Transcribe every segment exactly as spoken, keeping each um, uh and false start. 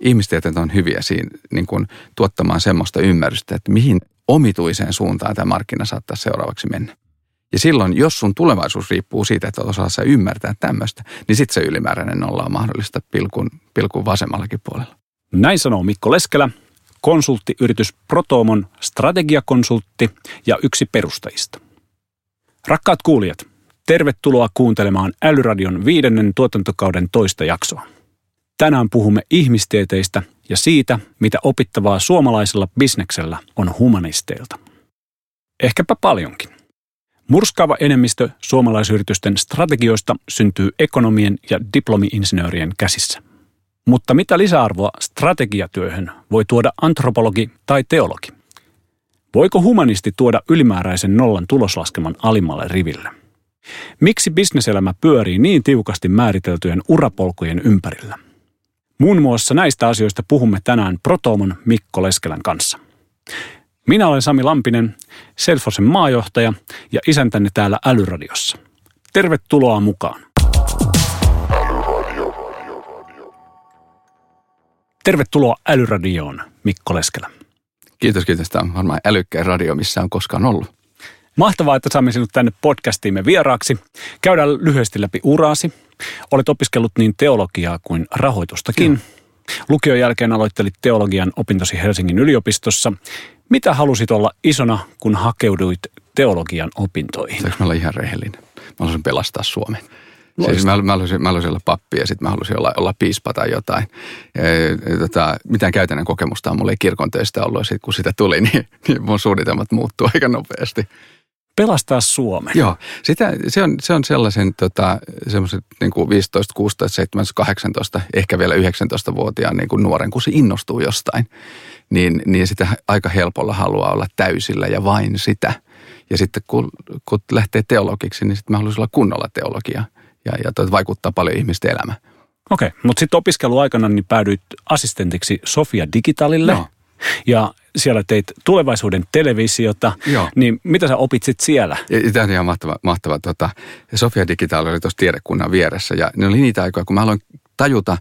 ihmistieteet on hyviä siinä niin kuin tuottamaan semmoista ymmärrystä, että mihin omituiseen suuntaan tämä markkina saattaa seuraavaksi mennä. Ja silloin, jos sun tulevaisuus riippuu siitä, että osaa sä ymmärtää tämmöistä, niin sitten se ylimääräinen nolla on mahdollista pilkun, pilkun vasemmallakin puolella. Näin sanoo Mikko Leskelä, konsulttiyritys Protomon strategiakonsultti ja yksi perustajista. Rakkaat kuulijat, tervetuloa kuuntelemaan Älyradion viidennen tuotantokauden toista jaksoa. Tänään puhumme ihmistieteistä ja siitä, mitä opittavaa suomalaisella bisneksellä on humanisteilta. Ehkäpä paljonkin. Murskaava enemmistö suomalaisyritysten strategioista syntyy ekonomien ja diplomi-insinöörien käsissä. Mutta mitä lisäarvoa strategiatyöhön voi tuoda antropologi tai teologi? Voiko humanisti tuoda ylimääräisen nollan tuloslaskelman alimmalle riville? Miksi bisneselämä pyörii niin tiukasti määriteltyjen urapolkujen ympärillä? Muun muassa näistä asioista puhumme tänään Protomon Mikko Leskelän kanssa. Minä olen Sami Lampinen, Selfosen maajohtaja ja isäntänne täällä Älyradiossa. Tervetuloa mukaan. Tervetuloa Älyradioon, Mikko Leskelä. Kiitos, kiitos. Tämä on varmaan älykkäin radio, missä on koskaan ollut. Mahtavaa, että saamme sinut tänne podcastiimme vieraaksi. Käydään lyhyesti läpi uraasi. Olet opiskellut niin teologiaa kuin rahoitustakin. Joo. Lukion jälkeen aloittelit teologian opintosi Helsingin yliopistossa. Mitä halusit olla isona, kun hakeuduit teologian opintoihin? Saanko mä olla ihan rehellinen? Mä haluaisin pelastaa Suomen. Siis mä, mä, halusin, mä halusin olla pappi ja sitten mä halusin olla, olla piispa tai jotain. Ja, ja, tota, mitään käytännön kokemusta on mulla ei kirkon töistä ollut. Ja sitten kun sitä tuli, niin, niin mun suunnitelmat muuttuu aika nopeasti. Pelastaa Suomen. Joo, sitä, se, on, se on sellaisen tota, semmoiset niin kuin viisitoista, kuusitoista, seitsemäntoista, kahdeksantoista, ehkä vielä yhdeksäntoista-vuotiaan niin kuin nuoren, kun se innostuu jostain, niin, niin sitä aika helpolla haluaa olla täysillä ja vain sitä. Ja sitten kun, kun lähtee teologiksi, niin sitten mä haluaisin olla kunnolla teologia ja, ja toi vaikuttaa paljon ihmisten elämään. Okei, mutta sitten opiskeluaikana niin päädyit assistentiksi Sofia Digitalille. Joo. Ja siellä teit tulevaisuuden televisiota, Joo. Niin mitä sä opit sit siellä? Ja, tämä on ihan mahtava. mahtava tota, Sofia Digital oli tuossa tiedekunnan vieressä ja ne oli niitä aikoja, kun mä aloin tajuta,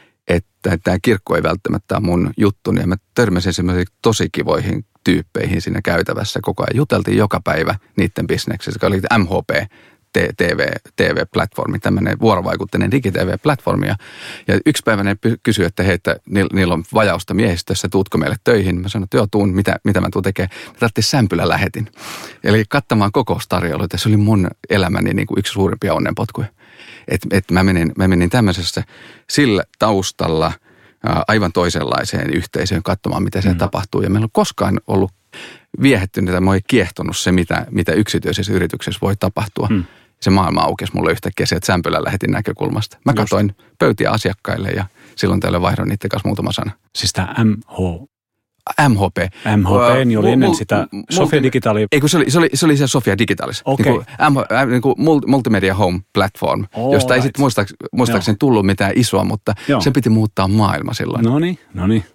että tämä kirkko ei välttämättä ole mun juttuni. Ja mä törmäsin semmoisiin tosi kivoihin tyyppeihin siinä käytävässä koko ajan. Juteltiin joka päivä niiden bisneksessä, joka oli M H P. T V, T V-platformi, tämmöinen vuorovaikutteinen digi-T V-platformi. Ja yksi päivä ne kysyi, että hei, että niillä on vajausta miehistössä, tuutko meille töihin? Mä sanoin, että joo, tuun, mitä, mitä mä tuun tekemään. Tarvittiin sämpylä lähetin. Eli kattamaan kokoustarjoiluita. Se oli mun elämäni niin kuin yksi suurimpia onnenpotkuja. Että et mä, menin, mä menin tämmöisessä sillä taustalla ää, aivan toisenlaiseen yhteisöön katsomaan, mitä siellä mm. tapahtuu. Ja meillä on koskaan ollut viehättynyt tai mä oon kiehtonut se, mitä, mitä yksityisessä yrityksessä voi tapahtua. Mm. Se maailma aukesi mulle yhtäkkiä sieltä sämpylän lähetin näkökulmasta. Mä katsoin pöytiä asiakkaille ja silloin teille vaihdoin niiden kanssa muutama sana. Siis tämä M H... M H P. M H P niin oli ennen mul, sitä mul, Sofia Digitalia. Ei kun se oli, se oli, se oli se Sofia Digitalis. Okay. Niin kuin, niin kuin Multimedia Home Platform, oh, josta right. ei sitten muistaakseni, muistaakseni tullut mitään isoa, mutta Joo. sen piti muuttaa maailma silloin. No niin, no niin.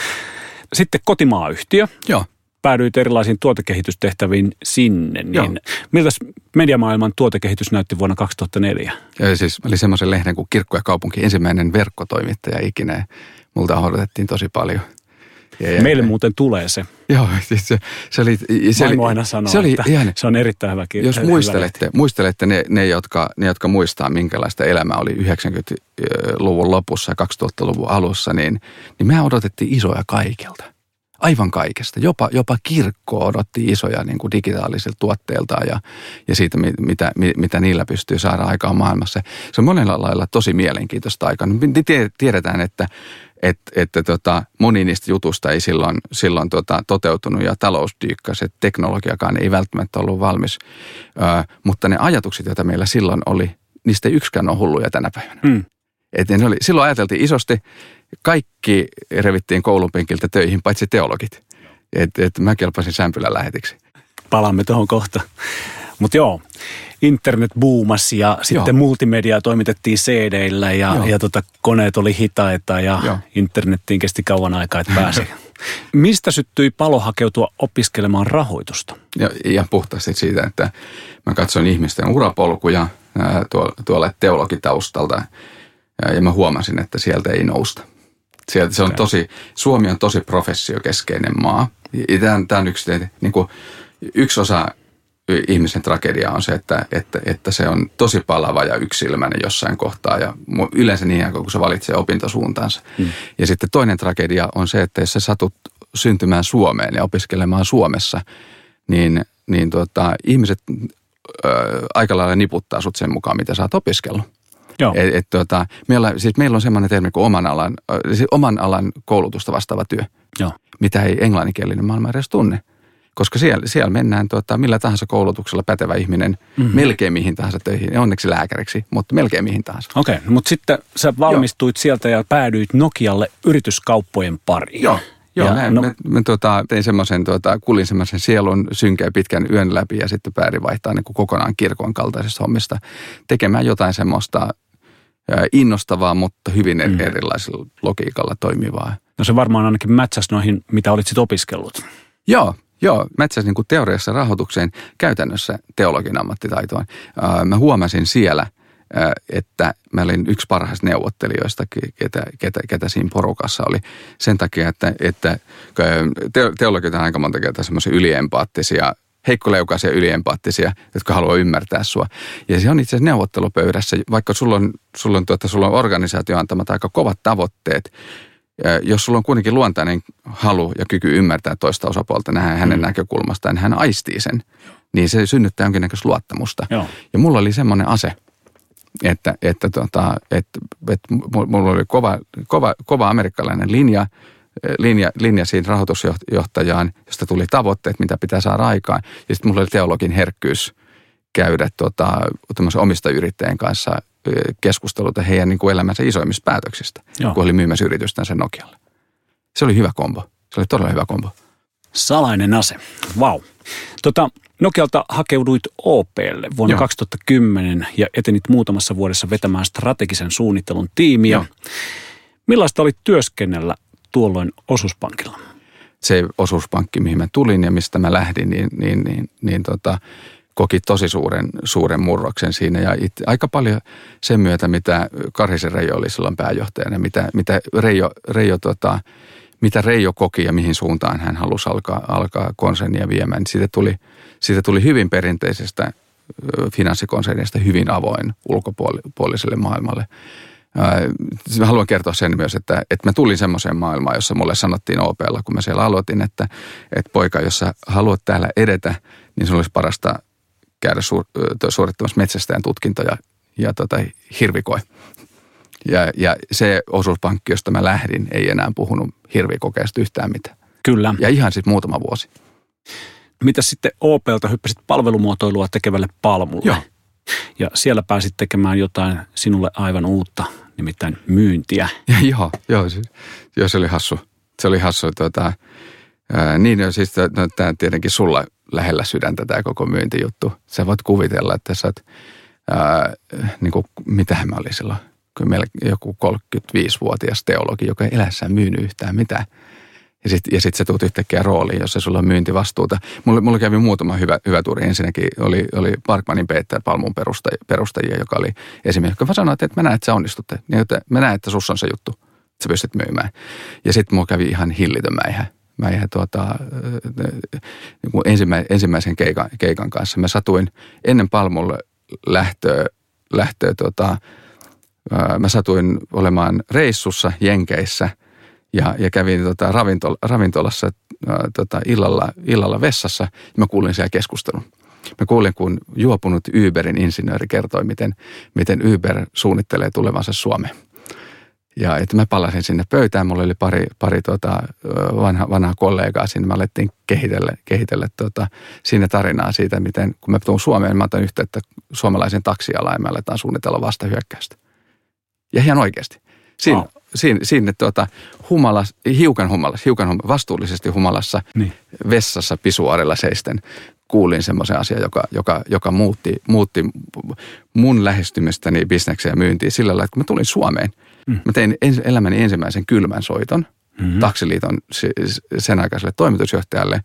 Sitten kotimaayhtiö. Joo. Päädyit erilaisiin tuotekehitystehtäviin sinne, niin Joo. miltä mediamaailman tuotekehitys näytti vuonna kaksituhattaneljä? Ja siis oli semmoisen lehden kuin Kirkko ja kaupunki, ensimmäinen verkkotoimittaja ikinä. Multa odotettiin tosi paljon. Ja meille ja, muuten tulee se. Joo, siis se, se oli... Se Vaimo aina sanoo, se oli, että ihan, se on erittäin hyvä kirja. Jos muistelette, muistelette ne, ne, jotka, ne, jotka muistaa, minkälaista elämää oli yhdeksänkymmentäluvun lopussa ja kaksituhattaluvun alussa, niin, niin me odotettiin isoja kaikilta. Aivan kaikesta. Jopa, jopa kirkko odotti isoja niin kuin digitaalisilta tuotteiltaan ja, ja siitä, mitä, mitä niillä pystyy saada aikaan maailmassa. Se on monella lailla tosi mielenkiintoista aikaa. Tiedetään, että, että, että tota, moni niistä jutusta ei silloin, silloin tota, toteutunut ja talous dyykkasi, että teknologiakaan ei välttämättä ollut valmis. Ö, mutta ne ajatukset, joita meillä silloin oli, niistä ei yksikään ole hulluja tänä päivänä. Mm. Että ne oli, silloin ajateltiin isosti, kaikki revittiin koulunpenkiltä töihin, paitsi teologit. Että et mä kelpasin sämpylän lähetiksi. Palaamme tuohon kohta. Mutta joo, internet boomasi ja sitten joo. multimediaa toimitettiin C D:illä ja, ja tota, koneet oli hitaita ja joo. internettiin kesti kauan aikaa, että pääsi. Mistä syttyi palo hakeutua opiskelemaan rahoitusta? Ja, ja puhtaasti siitä, että mä katsoin ihmisten urapolkuja ää, tuolla, tuolla teologitaustalta ja mä huomasin, että sieltä ei nousta. Sieltä se on tosi, Suomi on tosi professiokeskeinen maa. Tämä, tämä on yksi, niin kuin, yksi osa ihmisen tragediaa on se, että, että, että se on tosi palava ja yksilmäinen jossain kohtaa ja yleensä niin ihan kun se valitsee opintosuuntaansa. Hmm. Ja sitten toinen tragedia on se, että jos sä satut syntymään Suomeen ja opiskelemaan Suomessa, niin, niin tuota, ihmiset ö, aika lailla niputtaa sut sen mukaan, mitä sä oot opiskellut. Et, et, tuota, meillä, siis meillä on semmoinen termi kuin oman alan, siis oman alan koulutusta vastaava työ, Joo. mitä ei englanninkielinen maailma edes tunne. Koska siellä, siellä mennään tuota, millä tahansa koulutuksella pätevä ihminen mm-hmm. melkein mihin tahansa töihin. Onneksi lääkäriksi, mutta melkein mihin tahansa. Okei, okay, mutta sitten sä valmistuit Joo. sieltä ja päädyit Nokialle yrityskauppojen pariin. Joo, Joo näin, no, mä, mä tuota, tein semmoisen, tuota, kuulin semmoisen sielun synkän pitkän yön läpi ja sitten päädin vaihtaa niin kuin kokonaan kirkon kaltaisesta hommista tekemään jotain semmoista innostavaa, mutta hyvin mm. erilaisella logiikalla toimivaa. No se varmaan ainakin mätsäsi noihin, mitä olit sitten opiskellut. Joo. Joo, mätsäsi niin kuin teoriassa rahoitukseen, käytännössä teologin ammattitaitoon. Mä huomasin siellä, että mä olin yksi parhaista neuvottelijoista, ketä, ketä, ketä siinä porukassa oli. Sen takia, että, että teologit on aika monta kertaa semmoisia yliempaattisia, heikkoleukaisia yliempaattisia, jotka haluaa ymmärtää sua. Ja se on itse asiassa neuvottelupöydässä, vaikka sulla on, sulla on, tuota, sulla on organisaatio antamat aika kovat tavoitteet, jos sulla on kuitenkin luontainen halu ja kyky ymmärtää toista osapuolta, nähdä hänen mm. näkökulmastaan, hän aistii sen, niin se synnyttää jonkinnäköistä luottamusta. Joo. Ja mulla oli semmoinen ase, että, että, tota, että, että mulla oli kova, kova, kova amerikkalainen linja, linja, linja siinä rahoitusjohtajaan, josta tuli tavoitteet, mitä pitää saada aikaan. Ja sitten mulla oli teologin herkkyys käydä tota, omista yrittäjien kanssa keskusteluta heidän niin kuin elämänsä isoimmista päätöksistä, Joo. kun oli myymässä yritystänsä Nokialle. Se oli hyvä kombo. Se oli todella hyvä kombo. Salainen ase. Vau. Wow. Tota, Nokialta hakeuduit O P:lle vuonna Joo. kaksituhattakymmenen ja etenit muutamassa vuodessa vetämään strategisen suunnittelun tiimiä. Joo. Millaista oli työskennellä tuolloin osuuspankilla? Se osuuspankki, mihin mä tulin ja mistä mä lähdin, niin, niin, niin, niin tota, koki tosi suuren, suuren murroksen siinä ja it, aika paljon sen myötä, mitä Karhisen Reijo oli silloin pääjohtajana, mitä, mitä, Reijo, Reijo, tota, mitä Reijo koki ja mihin suuntaan hän halusi alkaa, alkaa konsernia viemään. Siitä tuli, siitä tuli hyvin perinteisestä finanssikonsernista hyvin avoin ulkopuoliselle maailmalle. Mä haluan kertoa sen myös, että, että mä tulin semmoiseen maailmaan, jossa mulle sanottiin O P:lla, kun mä siellä aloitin, että, että poika, jos sä haluat täällä edetä, niin sun olisi parasta käydä suur, suorittamassa metsästäjän tutkintoja ja tota, hirvikoi. Ja, ja se osuuspankki, josta mä lähdin, ei enää puhunut hirvikokeesta yhtään mitään. Kyllä. Ja ihan sitten muutama vuosi. Mitä sitten O P:ltä hyppäsit palvelumuotoilua tekevälle Palmulle? Joo. Ja siellä pääsit tekemään jotain sinulle aivan uutta, nimittäin myyntiä. Ja joo, joo, joo, se oli hassu. Se oli hassu. Tuota, ää, niin, siis no, tämä tietenkin sulla lähellä sydäntä tämä koko myyntijuttu. Sä voit kuvitella, että sä oot, ää, niin kuin, mitähän mä olin silloin, kun meillä joku kolmekymmentäviisivuotias teologi, joka ei elässään myynyt yhtään mitään. Ja sitten ja sit sä tuut yhtäkkiä rooliin, jossa sulla on myyntivastuuta. Mulla, mulla kävi muutama hyvä, hyvä tuuri. Ensinnäkin oli, oli Parkmanin Peter Palmun perustajia, perustajia, joka oli esimerkiksi, joka sanoi, että mä näen, että sä onnistutte. Niin, että mä näen, että sussa on se juttu, että sä pystyt myymään. Ja sitten mulla kävi ihan hillitön mäihä. Mäihä tuota, ensimmä, ensimmäisen keikan, keikan kanssa. Mä satuin ennen Palmulle lähtöä, lähtöä tuota, mä satuin olemaan reissussa Jenkeissä. Ja, ja kävin tota ravintol, ravintolassa ää, tota illalla, illalla vessassa ja mä kuulin siellä keskustelun. Mä kuulin, kun juopunut Uberin insinööri kertoi, miten, miten Uber suunnittelee tulevansa Suomeen. Ja että mä palasin sinne pöytään, mulla oli pari, pari tota, vanha, vanhaa kollegaa sinne. Mä alettiin kehitellä, kehitellä tota, siinä tarinaa siitä, miten kun mä tuun Suomeen, mä otan yhteyttä suomalaisen taksialaan ja me aletaan suunnitella vastahyökkäystä. Ja ihan oikeasti. Siinä, oh. siinä, siinä tuota, humalas, hiukan humalassa, hiukan humalassa, vastuullisesti humalassa niin. Vessassa pisuaarilla seisten kuulin semmoisen asian, joka, joka, joka muutti, muutti mun lähestymistäni bisnekseen ja myyntiin sillä lailla, että kun mä tulin Suomeen, mm. mä tein ens, elämäni ensimmäisen kylmän soiton mm-hmm. Taksiliiton sen aikaiselle toimitusjohtajalle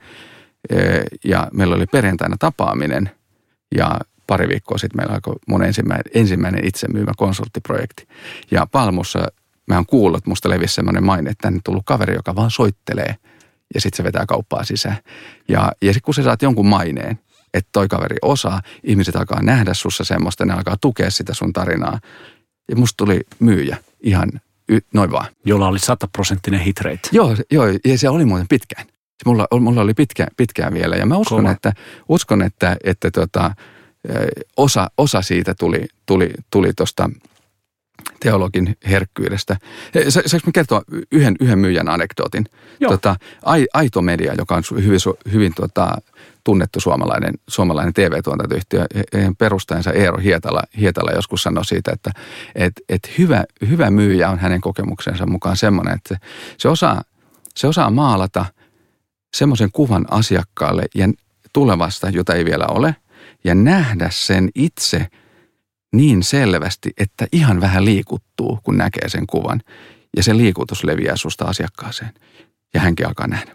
ja meillä oli perjantaina tapaaminen ja pari viikkoa sitten meillä alkoi mun ensimmäinen, ensimmäinen itse myymä konsulttiprojekti. Ja Palmussa mä oon kuullut, että musta levisi semmoinen maine, että tänne on tullut kaveri, joka vaan soittelee ja sitten se vetää kauppaa sisään. Ja, ja sitten kun sä saat jonkun maineen, että toi kaveri osaa, ihmiset alkaa nähdä sussa semmoista, ne alkaa tukea sitä sun tarinaa. Ja musta tuli myyjä ihan y- noin vaan. Jolla oli sataprosenttinen hitrate. Joo, joo, ja se oli muuten pitkään. Mulla, mulla oli pitkään, pitkään vielä ja mä uskon, Kova. että, uskon, että, että tota, osa, osa siitä tuli, tuli, tuli tuosta teologin herkkyydestä. Saanko mä kertoa yhden, yhden myyjän anekdootin? Tota, Aito Media, joka on hyvin, hyvin tota, tunnettu suomalainen, suomalainen T V-tuotantoyhtiö, perustajansa Eero Hietala, Hietala joskus sanoi siitä, että et, et hyvä, hyvä myyjä on hänen kokemuksensa mukaan semmoinen, että se osaa, se osaa maalata semmoisen kuvan asiakkaalle ja tulevasta, jota ei vielä ole, ja nähdä sen itse niin selvästi, että ihan vähän liikuttuu, kun näkee sen kuvan. Ja se liikutus leviää susta asiakkaaseen. Ja hänkin alkaa nähdä.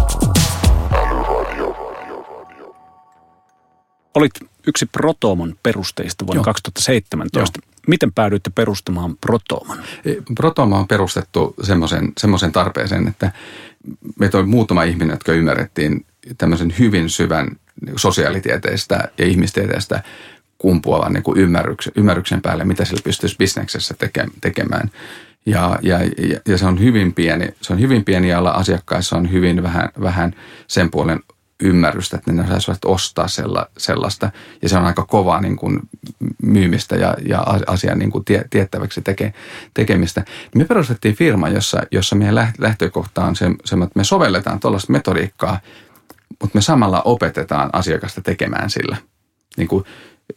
Olit yksi Protomon perusteista vuonna Joo. kaksituhattaseitsemäntoista. Joo. Miten päädyitte perustamaan Protomon? Protomo on perustettu semmoisen, semmoisen tarpeeseen, että meitä oli muutama ihminen, jotka ymmärrettiin tämmöisen hyvin syvän sosiaalitieteestä ja ihmistieteestä kumpuavan niin kuin ymmärryksen, ymmärryksen päälle, mitä sillä pystyisi bisneksessä teke, tekemään. Ja, ja, ja se on hyvin pieni, se on hyvin pieni ala asiakkaissa on hyvin vähän, vähän sen puolen ymmärrystä, että ne saisivat ostaa sella, sellaista. Ja se on aika kovaa niin kuin myymistä ja, ja asian niin kuin tie, tiettäväksi teke, tekemistä. Me perustettiin firma, jossa, jossa meidän lähtökohta on se, se, että me sovelletaan tuollaista metodiikkaa, mutta me samalla opetetaan asiakasta tekemään sillä. Niin kuin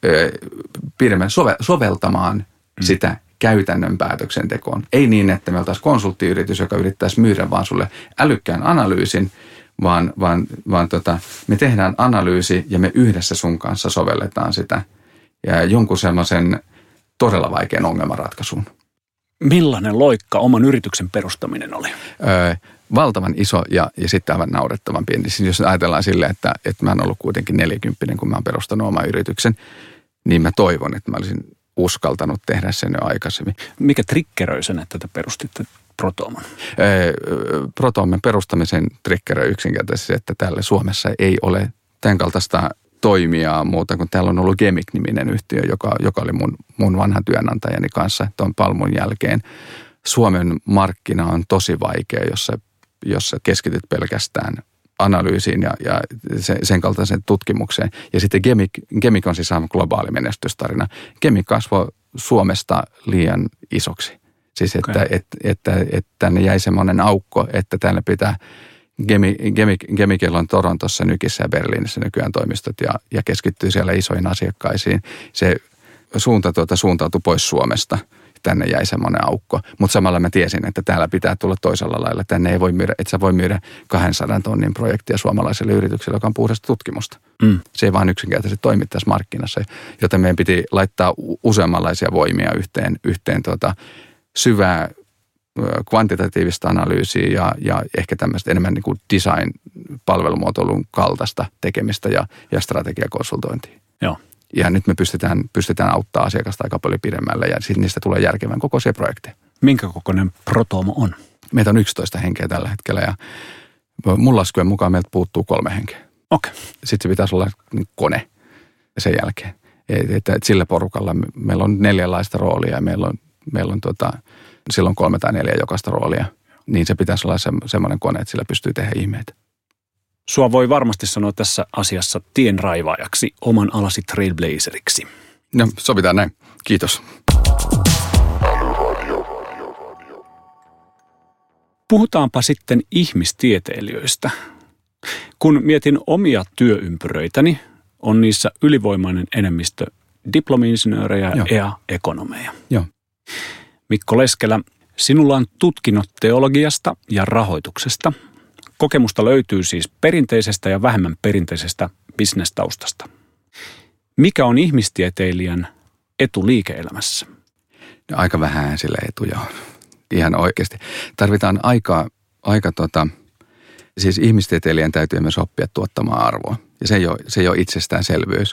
pidemmän sove, soveltamaan mm. sitä käytännön päätöksentekoon. Ei niin, että me oltaisiin konsulttiyritys, joka yrittäisi myydä vaan sulle älykkään analyysin, vaan, vaan, vaan tota, me tehdään analyysi ja me yhdessä sun kanssa sovelletaan sitä ja jonkun semmoisen todella vaikean ongelmanratkaisuun. Millainen loikka oman yrityksen perustaminen oli? Öö, valtavan iso ja, ja sitten aivan naurettavan pieni. Siis jos ajatellaan silleen, että, että mä oon ollut kuitenkin neljäkymppinen, kun mä oon perustanut oman yrityksen, niin mä toivon, että mä olisin uskaltanut tehdä sen jo aikaisemmin. Mikä triggeröi sen, että te perustitte Protomon? Protomon perustamisen triggeröi yksinkertaisesti, että täällä Suomessa ei ole tämän kaltaista toimijaa muuta kuin täällä on ollut Gemic-niminen yhtiö, joka, joka oli mun, mun vanhan työnantajani kanssa tuon Palmun jälkeen. Suomen markkina on tosi vaikea, jos sä, jos sä keskityt pelkästään analyysiin ja, ja sen, sen kaltaisen tutkimukseen. Ja sitten Gemic, Gemic on siis aivan globaali menestystarina. Gemic kasvoi Suomesta liian isoksi. Siis että, okay. että, että, että, että tänne jäi semmoinen aukko, että täällä pitää Gemic, Gemic, Gemicillä on Torontossa, Nykissä ja Berliinissä nykyään toimistot ja, ja keskittyy siellä isoihin asiakkaisiin. Se suunta tuota, suuntautui pois Suomesta. Tänne jäi semmoinen aukko. Mutta samalla mä tiesin, että täällä pitää tulla toisella lailla. Tänne ei voi myydä, et sä voi myydä kahdensadan tonnin projektia suomalaiselle yritykselle, joka on puhdasta tutkimusta. Mm. Se ei vaan yksinkertaisesti toimi tässä markkinassa. Joten meidän piti laittaa useammanlaisia voimia yhteen, yhteen tuota syvää kvantitatiivista analyysiä ja, ja ehkä tämmöistä enemmän niin kuin design-palvelumuotoilun kaltaista tekemistä ja, ja strategiakonsultointia. Joo. Ja nyt me pystytään, pystytään auttaa asiakasta aika paljon pidemmälle ja sitten niistä tulee järkevän kokoisia projekteja. Minkä kokoinen Protomo on? Meitä on yksitoista henkeä tällä hetkellä ja mun laskujen mukaan meiltä puuttuu kolme henkeä. Okei. Okay. Sitten se pitäisi olla kone sen jälkeen. Että et, et sillä porukalla meillä on neljänlaista roolia ja meillä on, meillä on tota, silloin kolme tai neljä jokaista roolia. Niin se pitäisi olla se, semmoinen kone, että sillä pystyy tehdä ihmeitä. Sua voi varmasti sanoa tässä asiassa tienraivaajaksi, oman alasi trailblazeriksi. No, sovitaan näin. Kiitos. Puhutaanpa sitten ihmistieteilijöistä. Kun mietin omia työympyröitäni, on niissä ylivoimainen enemmistö diplomi-insinöörejä ja ekonomeja. Joo. Mikko Leskelä, sinulla on tutkinnot teologiasta ja rahoituksesta. Kokemusta löytyy siis perinteisestä ja vähemmän perinteisestä bisnestaustasta. Mikä on ihmistieteilijän etu liike-elämässä? No, aika vähän sillä etuja on. Ihan oikeasti. Tarvitaan aika, aika tota, siis ihmistieteilijän täytyy myös oppia tuottamaan arvoa. Ja se ei ole, se ei ole itsestäänselvyys.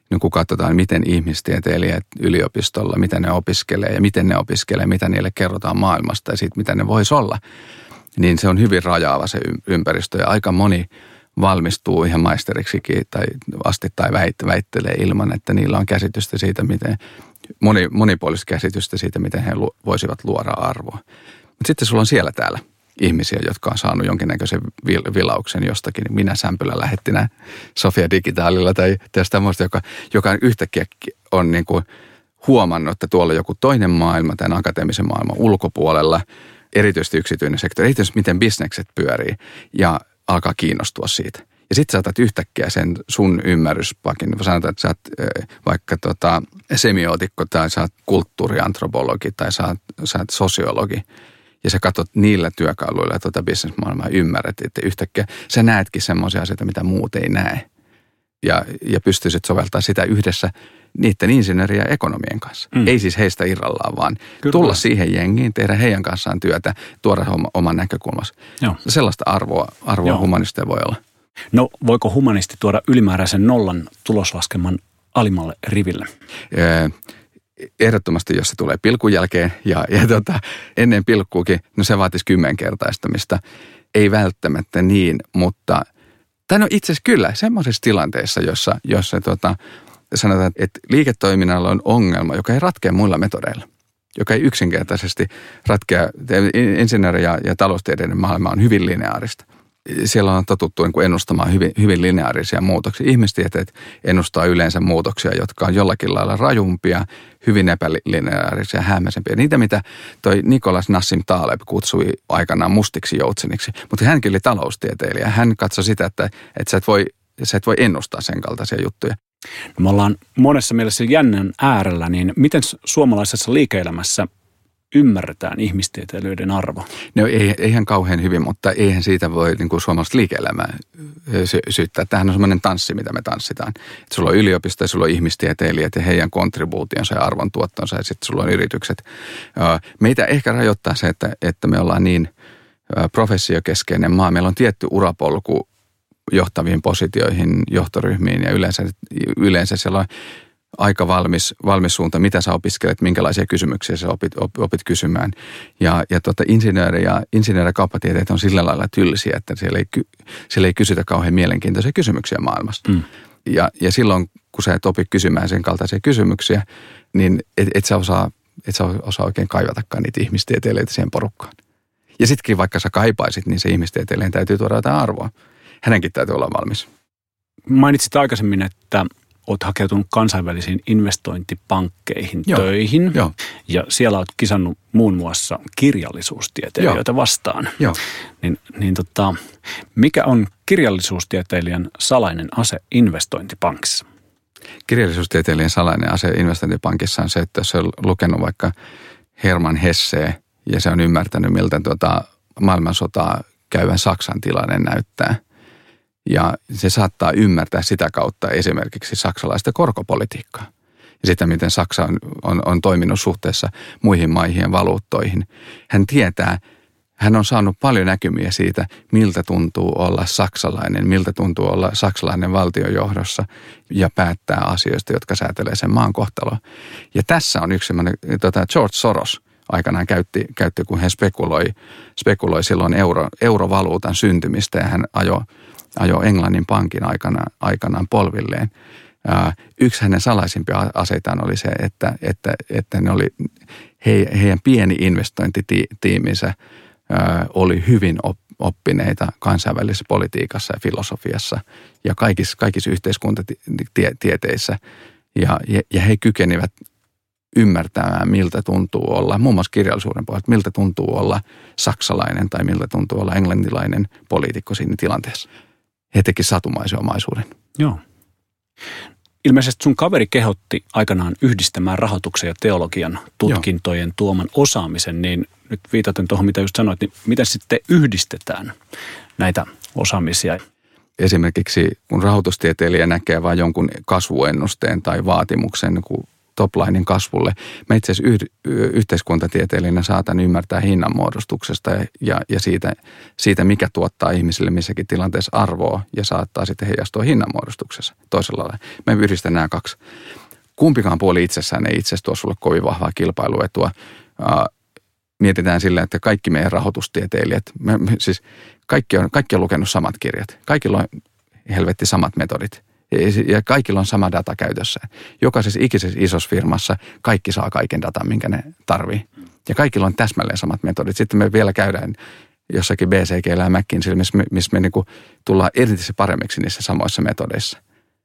niin kun katsotaan, miten ihmistieteilijät yliopistolla, miten ne opiskelee ja miten ne opiskelee, mitä niille kerrotaan maailmasta ja siitä, mitä ne voisi olla, niin se on hyvin rajaava se ympäristö. Ja aika moni valmistuu ihan maisteriksikin tai asti tai väittelee ilman, että niillä on käsitystä siitä, miten, moni, monipuolista käsitystä siitä, miten he lu, voisivat luoda arvoa. Mutta sitten sulla on siellä täällä ihmisiä, jotka on saanut jonkinnäköisen vilauksen jostakin. Minä Sämpylä lähettinä Sofia Digitaalilla tai tämmöistä, joka, joka yhtäkkiä on niin kuin huomannut, että tuolla on joku toinen maailma, tämän akateemisen maailman ulkopuolella, erityisesti yksityinen sektori, erityisesti miten bisnekset pyörii ja alkaa kiinnostua siitä. Ja sitten saatat yhtäkkiä sen sun ymmärryspakin. Sanotaan, että sä oot vaikka tota, semiootikko tai sä oot kulttuuriantropologi tai sä oot, sä oot sosiologi. Ja sä katsot niillä työkaluilla tuota bisnesmaailmaa ja ymmärrät, että yhtäkkiä sä näetkin semmoisia asioita, mitä muut ei näe. Ja, ja pystyisit soveltaa sitä yhdessä niiden insinööriä ja ekonomien kanssa. Mm. Ei siis heistä irrallaan, vaan Kyllä. tulla siihen jengiin, tehdä heidän kanssaan työtä, tuoda oman näkökulmassa. Joo. Sellaista arvoa, arvoa humanisteja voi olla. No voiko humanisti tuoda ylimääräisen nollan tuloslaskelman alimmalle riville? Öö, Ehdottomasti, jos se tulee pilkun jälkeen ja, ja tota, ennen pilkkuukin, no se vaatisi kymmenkertaistamista. Ei välttämättä niin, mutta tai no itse asiassa kyllä semmoisessa tilanteessa, jossa, jossa tota, sanotaan, että liiketoiminnalla on ongelma, joka ei ratkea muilla metodeilla, joka ei yksinkertaisesti ratkea. Insinööri- ja, ja taloustieteiden maailma on hyvin lineaarista. Siellä on totuttu niin kuin ennustamaan hyvin, hyvin lineaarisia muutoksia. Ihmistieteet ennustaa yleensä muutoksia, jotka on jollakin lailla rajumpia, hyvin epälineaarisia, hämmäisempiä. Niitä, mitä toi Nicholas Nassim Taleb kutsui aikanaan mustiksi joutseniksi. Mutta hänkin oli taloustieteilijä. Hän katsoi sitä, että, että sä, et voi, sä et voi ennustaa sen kaltaisia juttuja. No me ollaan monessa mielessä jännän äärellä, niin miten suomalaisessa liike-elämässä ymmärretään ihmistieteilijöiden arvo? No ei, eihän kauhean hyvin, mutta eihän siitä voi niin kuin suomalaista liike-elämää sy- syyttää. Tämähän on semmoinen tanssi, mitä me tanssitaan. Että sulla on yliopisto ja sulla on ihmistieteilijät ja heidän kontribuutionsa ja arvontuottonsa ja sitten sulla on yritykset. Meitä ehkä rajoittaa se, että, että me ollaan niin professiokeskeinen maa. Meillä on tietty urapolku johtaviin positioihin, johtoryhmiin ja yleensä, yleensä siellä on aika valmis, valmis suunta, mitä sä opiskelet, minkälaisia kysymyksiä sä opit, op, opit kysymään. Ja, ja tuota, insinööri ja insinööri- ja kauppatieteet on sillä lailla tylsiä, että siellä ei, siellä ei kysytä kauhean mielenkiintoisia kysymyksiä maailmasta. Mm. Ja, ja silloin, kun sä et opi kysymään sen kaltaisia kysymyksiä, niin et, et, sä osaa, et sä osaa oikein kaivatakaan niitä ihmistieteilijöitä siihen porukkaan. Ja sittenkin vaikka sä kaipaisit, niin se ihmistieteilijän täytyy tuoda jotain arvoa. Hänenkin täytyy olla valmis. Mainitsit aikaisemmin, että olet hakeutunut kansainvälisiin investointipankkeihin Joo. töihin. Joo. Ja siellä olet kisannut muun muassa kirjallisuustieteilijöitä Joo. vastaan. Joo. Niin, niin tota, mikä on kirjallisuustieteilijän salainen ase investointipankissa? Kirjallisuustieteilijän salainen ase investointipankissa on se, että jos on lukenut vaikka Hermann Hesseä ja se on ymmärtänyt, miltä tuota maailmansotaa käyvän Saksan tilanne näyttää. Ja se saattaa ymmärtää sitä kautta esimerkiksi saksalaista korkopolitiikkaa. Ja sitä, miten Saksa on, on, on toiminut suhteessa muihin maihin ja valuuttoihin. Hän tietää, hän on saanut paljon näkymiä siitä, miltä tuntuu olla saksalainen, miltä tuntuu olla saksalainen valtiojohdossa ja päättää asioista, jotka säätelee sen maan kohtaloa. Ja tässä on yksi sellainen, tota George Soros aikanaan käytti, käytti kun hän spekuloi, spekuloi silloin euro, eurovaluutan syntymistä ja hän ajoi ajoi Englannin pankin aikana, aikanaan polvilleen. Ää, yksi hänen salaisimpia aseitaan oli se, että, että, että ne oli, he, heidän pieni investointitiiminsä ää, oli hyvin oppineita kansainvälisessä politiikassa ja filosofiassa ja kaikissa, kaikissa yhteiskuntatieteissä. Ja, ja, ja he kykenivät ymmärtämään, miltä tuntuu olla, muun muassa kirjallisuuden puolelta, miltä tuntuu olla saksalainen tai miltä tuntuu olla englantilainen poliitikko siinä tilanteessa. He teki satumaisen omaisuuden. Joo. Ilmeisesti sun kaveri kehotti aikanaan yhdistämään rahoituksen ja teologian tutkintojen Joo. tuoman osaamisen, niin nyt viitaten tuohon, mitä just sanoit, niin miten sitten yhdistetään näitä osaamisia? Esimerkiksi kun rahoitustieteilijä näkee vain jonkun kasvuennusteen tai vaatimuksen, kun toplinen kasvulle. Mä itse asiassa yh, yhteiskuntatieteilijänä saatan ymmärtää hinnanmuodostuksesta ja, ja, ja siitä, siitä, mikä tuottaa ihmisille missäkin tilanteessa arvoa ja saattaa sitten heijastua hinnanmuodostuksessa toisella lailla. Mä yhdistän nämä kaksi. Kumpikaan puoli itsessään ei itse asiassa tuo sulle kovin vahvaa kilpailuetua. Mietitään sillä, että kaikki meidän rahoitustieteilijät, me, me, siis kaikki on, kaikki on lukenut samat kirjat. Kaikilla on helvetti samat metodit ja kaikilla on sama data käytössä. Jokaisessa ikisessä isossa firmassa kaikki saa kaiken datan, minkä ne tarvii. Ja kaikilla on täsmälleen samat metodit. Sitten me vielä käydään jossakin B C G:llä ja McKinseyllä, missä me, missä me niin kuin tullaan erityisesti paremmiksi niissä samoissa metodeissa.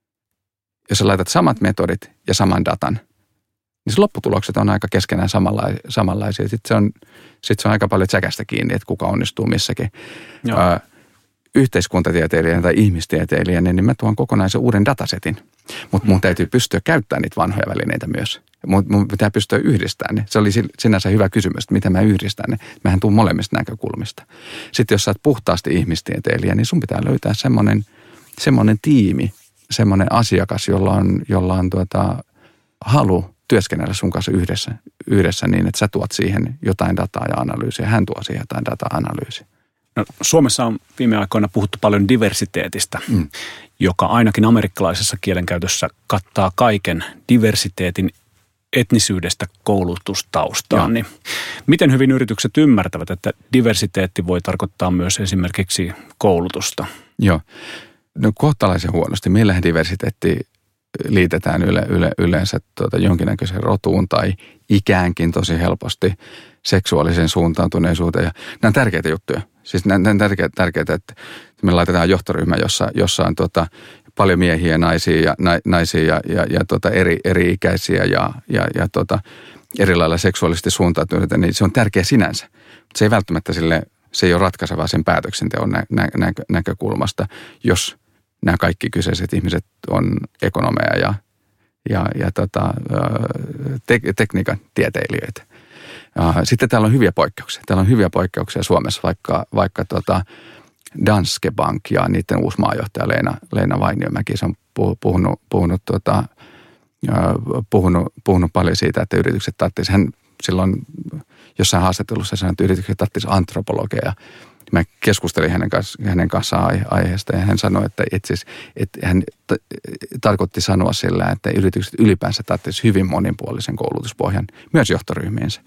Jos sä laitat samat metodit ja saman datan, niin se lopputulokset on aika keskenään samanlaisia. Sitten se on, sit se on aika paljon tsäkästä kiinni, että kuka onnistuu missäkin. Ö, yhteiskuntatieteilijänä tai ihmistieteilijänä, niin mä tuon kokonaisen uuden datasetin. Mutta mun täytyy pystyä käyttämään niitä vanhoja välineitä myös. Mun, mun pitää pystyä yhdistämään ne. Se oli sinänsä hyvä kysymys, että miten mä yhdistän ne. Mähän tuun molemmista näkökulmista. Sitten jos sä oot puhtaasti ihmistieteilijä, niin sun pitää löytää semmoinen, semmoinen tiimi, semmoinen asiakas, jolla on, jolla on tuota, halu työskennellä sun kanssa yhdessä, yhdessä niin, että sä tuot siihen jotain dataa ja analyysiä, hän tuo siihen jotain dataa ja analyysiä. No, Suomessa on viime aikoina puhuttu paljon diversiteetistä, mm. joka ainakin amerikkalaisessa kielenkäytössä kattaa kaiken diversiteetin etnisyydestä koulutustaustaan. Niin miten hyvin yritykset ymmärtävät, että diversiteetti voi tarkoittaa myös esimerkiksi koulutusta? Joo, no kohtalaisen huonosti. Meillähän diversiteetti liitetään yle, yle, yleensä tuota jonkinnäköiseen rotuun tai ikäänkin tosi helposti, seksuaaliseen suuntautuneisuuteen. Ja nämä on tärkeitä juttuja. Siis nämä on tärkeitä, tärkeitä että me laitetaan johtoryhmä, jossa, jossa on tuota, paljon miehiä, naisia ja, na, naisia ja, ja, ja tuota, eri, eri ikäisiä ja, ja, ja tuota, eri lailla seksuaalisesti suuntautuneita, niin se on tärkeä sinänsä. Se ei välttämättä sille, se ei ole ratkaisevaa sen päätöksenteon nä, nä, nä, näkökulmasta, jos nämä kaikki kyseiset ihmiset on ekonomeja ja, ja, ja tota, te, tekniikan tieteilijöitä. Sitten täällä on hyviä poikkeuksia. Täällä on hyviä poikkeuksia Suomessa, vaikka, vaikka tota Danske Bank ja niiden uusi maajohtaja Leena, Leena Vainiomäki on puhunut, puhunut, tota, puhunut, puhunut paljon siitä, että yritykset tarvitsisi, hän silloin jossain haastattelussa sanoi, että yritykset tarvitsisi antropologeja. Mä keskustelin hänen, kanssa, hänen kanssaan aiheesta ja hän sanoi, että, että, siis, että hän t- tarkoitti sanoa sillä, että yritykset ylipäänsä tarvitsisi hyvin monipuolisen koulutuspohjan myös johtoryhmiinsä.